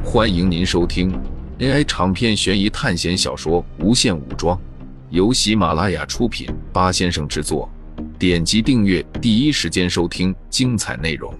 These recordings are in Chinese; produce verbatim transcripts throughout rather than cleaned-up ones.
欢迎您收听 A I 长篇悬疑探险小说《无限武装》，由喜马拉雅出品，八先生制作。点击订阅，第一时间收听精彩内容。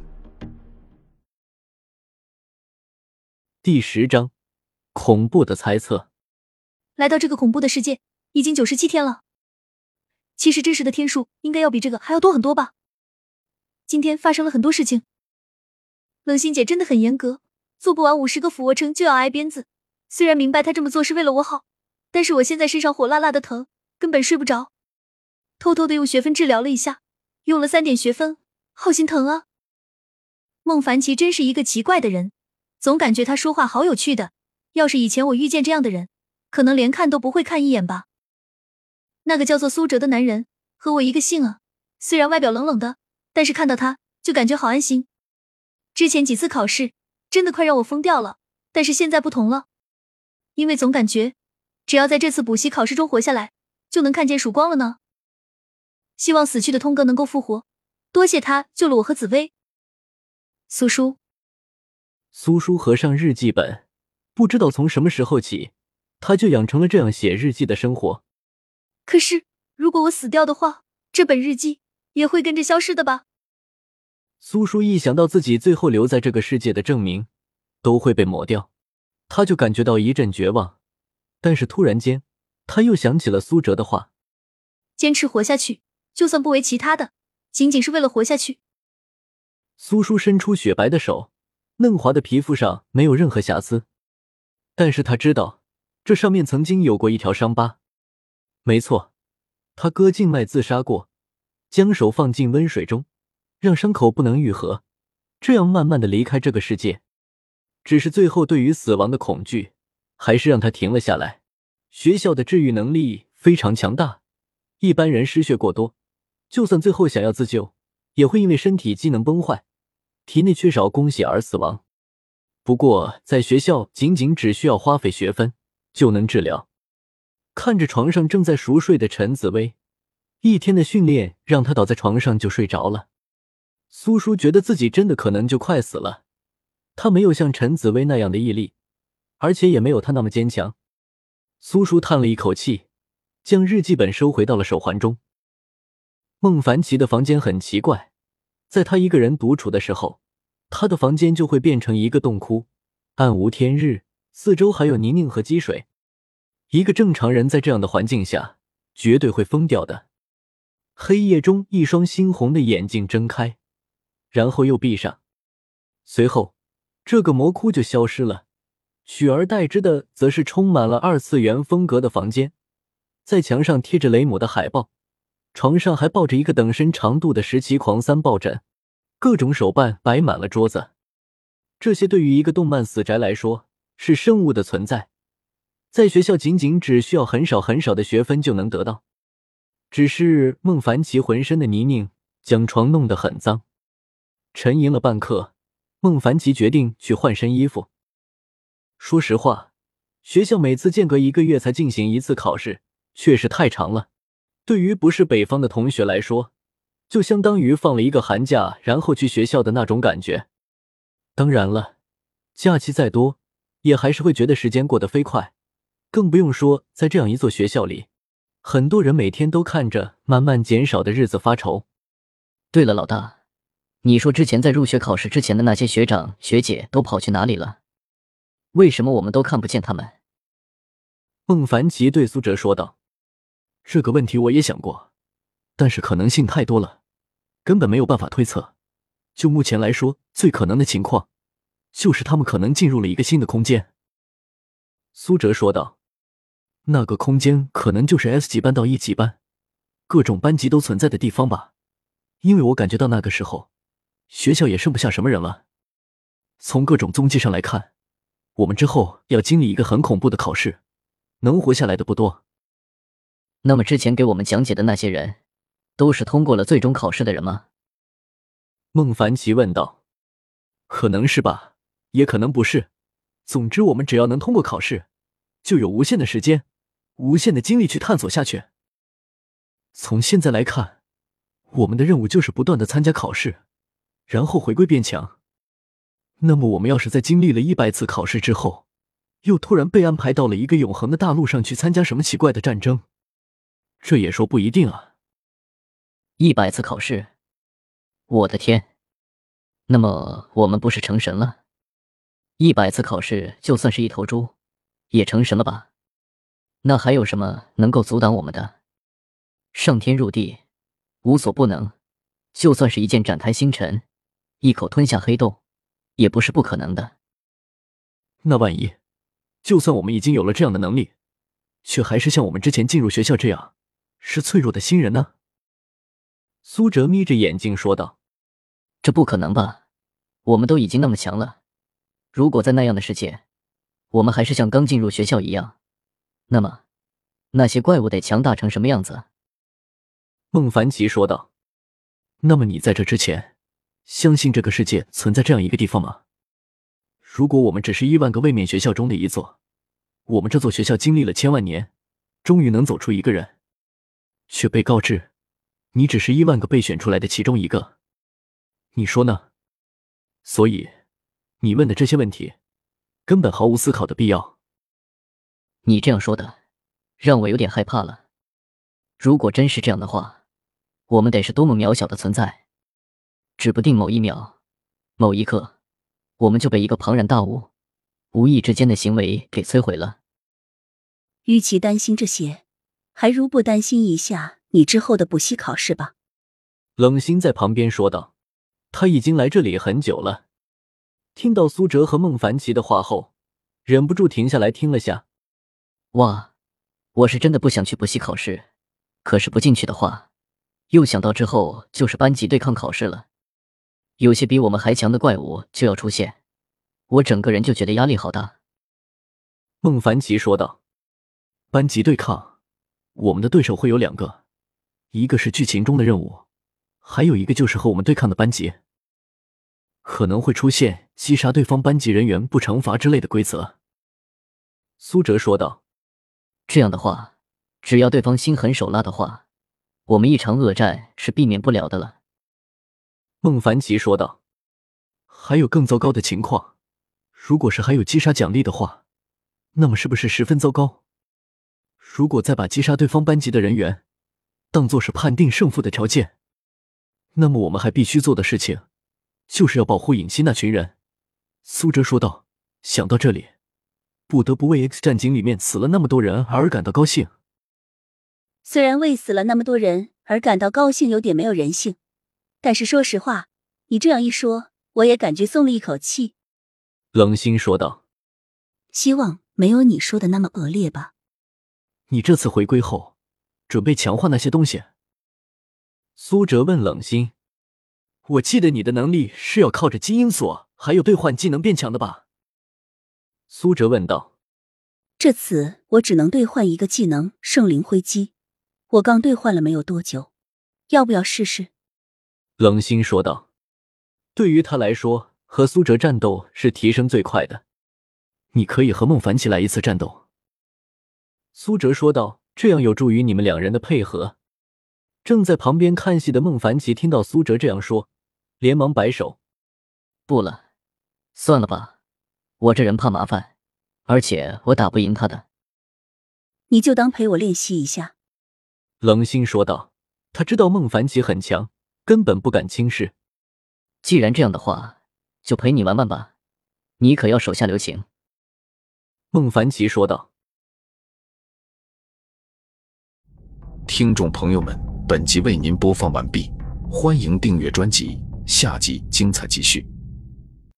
第十章，恐怖的猜测。 来到这个恐怖的世界已经九十七天了，其实真实的天数应该要比这个还要多很多吧。今天发生了很多事情，冷心姐真的很严格，做不完五十个俯卧撑就要挨鞭子。虽然明白她这么做是为了我好，但是我现在身上火辣辣的疼，根本睡不着。偷偷的用学分治疗了一下，用了三点学分，好心疼啊。孟凡奇真是一个奇怪的人，总感觉他说话好有趣的，要是以前我遇见这样的人，可能连看都不会看一眼吧。那个叫做苏哲的男人和我一个姓啊，虽然外表冷冷的，但是看到他就感觉好安心。之前几次考试真的快让我疯掉了，但是现在不同了，因为总感觉只要在这次补习考试中活下来，就能看见曙光了呢。希望死去的通哥能够复活，多谢他救了我和紫薇。苏叔， 苏叔合上日记本，不知道从什么时候起，他就养成了这样写日记的生活。 可是如果我死掉的话，这本日记也会跟着消失的吧？ 苏叔一想到自己最后留在这个世界的证明都会被抹掉，他就感觉到一阵绝望。但是突然间，他又想起了苏哲的话， 坚持活下去，就算不为其他的，仅仅是为了活下去。 苏叔伸出雪白的手，嫩滑的皮肤上没有任何瑕疵，但是他知道这上面曾经有过一条伤疤。没错，他割静脉自杀过，将手放进温水中，让伤口不能愈合，这样慢慢的离开这个世界。只是最后对于死亡的恐惧还是让他停了下来。学校的治愈能力非常强大，一般人失血过多，就算最后想要自救，也会因为身体机能崩坏，体内缺少供血而死亡。不过在学校仅仅只需要花费学分就能治疗。看着床上正在熟睡的陈紫薇，一天的训练让她倒在床上就睡着了。苏叔觉得自己真的可能就快死了，他没有像陈紫薇那样的毅力，而且也没有他那么坚强。苏叔叹了一口气，将日记本收回到了手环中。孟凡奇的房间很奇怪，在他一个人独处的时候，他的房间就会变成一个洞窟，暗无天日，四周还有泥泞和积水。一个正常人在这样的环境下绝对会疯掉的。黑夜中，一双猩红的眼睛睁开，然后又闭上，随后这个魔窟就消失了，取而代之的则是充满了二次元风格的房间。在墙上贴着雷姆的海报，床上还抱着一个等身长度的十七狂三抱枕，各种手办摆满了桌子。这些对于一个动漫死宅来说是生物的存在，在学校仅仅只需要很少很少的学分就能得到。只是孟凡奇浑身的泥泞将床弄得很脏。沉吟了半刻，孟凡奇决定去换身衣服。说实话，学校每次间隔一个月才进行一次考试，确实太长了。对于不是北方的同学来说，就相当于放了一个寒假然后去学校的那种感觉。当然了，假期再多也还是会觉得时间过得飞快，更不用说在这样一座学校里，很多人每天都看着慢慢减少的日子发愁。 对了，老大，你说之前在入学考试之前的那些学长学姐都跑去哪里了？为什么我们都看不见他们？ 孟凡奇对苏哲说道。这个问题我也想过，但是可能性太多了，根本没有办法推测。就目前来说，最可能的情况就是他们可能进入了一个新的空间。苏哲说道。那个空间可能就是 S 级班到 E 级班，各种班级都存在的地方吧。因为我感觉到那个时候，学校也剩不下什么人了。从各种踪迹上来看，我们之后要经历一个很恐怖的考试，能活下来的不多。 那么之前给我们讲解的那些人，都是通过了最终考试的人吗？ 孟凡奇问道。可能是吧，也可能不是。总之我们只要能通过考试，就有无限的时间，无限的精力去探索下去。从现在来看，我们的任务就是不断的参加考试，然后回归变强。 那么我们要是在经历了一百次考试之后，又突然被安排到了一个永恒的大陆上去参加什么奇怪的战争，这也说不一定啊。 一百次考试，我的天！那么我们不是成神了？一百次考试，就算是一头猪，也成神了吧？那还有什么能够阻挡我们的？上天入地，无所不能。就算是一剑斩开星辰，一口吞下黑洞，也不是不可能的。 那万一，就算我们已经有了这样的能力，却还是像我们之前进入学校这样，是脆弱的新人呢？苏哲眯着眼睛说道：“ 这不可能吧？我们都已经那么强了，如果在那样的世界，我们还是像刚进入学校一样，那么那些怪物得强大成什么样子？” 孟凡奇说道：“那么你在这之前，相信这个世界存在这样一个地方吗？如果我们只是亿万个位面学校中的一座，我们这座学校经历了千万年，终于能走出一个人，却被告知你只是亿万个被选出来的其中一个，你说呢？所以你问的这些问题根本毫无思考的必要。” 你这样说的让我有点害怕了。如果真是这样的话，我们得是多么渺小的存在，指不定某一秒某一刻，我们就被一个庞然大物无意之间的行为给摧毁了。 与其担心这些，还如不担心一下你之后的补习考试吧。 冷心在旁边说道，他已经来这里很久了，听到苏哲和孟凡奇的话后，忍不住停下来听了下。 哇，我是真的不想去补习考试，可是不进去的话，又想到之后就是班级对抗考试了，有些比我们还强的怪物就要出现，我整个人就觉得压力好大。 孟凡奇说道，班级对抗，我们的对手会有两个，一个是剧情中的任务，还有一个就是和我们对抗的班级，可能会出现击杀对方班级人员不惩罚之类的规则。苏哲说道， 这样的话，只要对方心狠手辣的话，我们一场恶战是避免不了的了。 孟凡奇说道，还有更糟糕的情况，如果是还有击杀奖励的话，那么是不是十分糟糕？如果再把击杀对方班级的人员当作是判定胜负的条件，那么我们还必须做的事情就是要保护尹熙那群人。苏哲说道，想到这里，不得不为 X 战警里面死了那么多人而感到高兴。 虽然为死了那么多人而感到高兴有点没有人性，但是说实话，你这样一说，我也感觉松了一口气。 冷心说道， 希望没有你说的那么恶劣吧。 你这次回归后准备强化那些东西？苏哲问冷心。我记得你的能力是要靠着基因锁还有兑换技能变强的吧？苏哲问道。 这次我只能兑换一个技能圣灵辉击，我刚兑换了没有多久，要不要试试？ 冷心说道。对于他来说，和苏哲战斗是提升最快的，你可以和孟凡奇来一次战斗。苏哲说道，这样有助于你们两人的配合。正在旁边看戏的孟凡奇听到苏哲这样说，连忙摆手， 不了，算了吧，我这人怕麻烦，而且我打不赢他的。 你就当陪我练习一下。 冷心说道，他知道孟凡奇很强，根本不敢轻视。 既然这样的话，就陪你玩玩吧，你可要手下留情。 孟凡奇说道。 听众朋友们，本集为您播放完毕，欢迎订阅专辑，下集精彩继续。